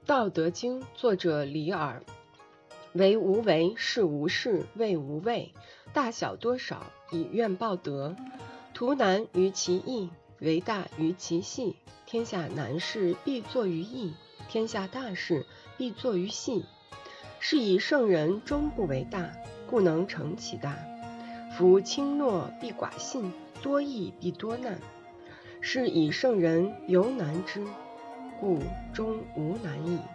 道德经作者李耳。为无为，是无事，谓无畏。大小多少，以愿报德。图难于其易，为大于其细。天下难事必作于易，天下大事必作于细。是以圣人终不为大，故能成其大。夫轻诺必寡信，多易必多难。是以圣人犹难之，故终无难矣。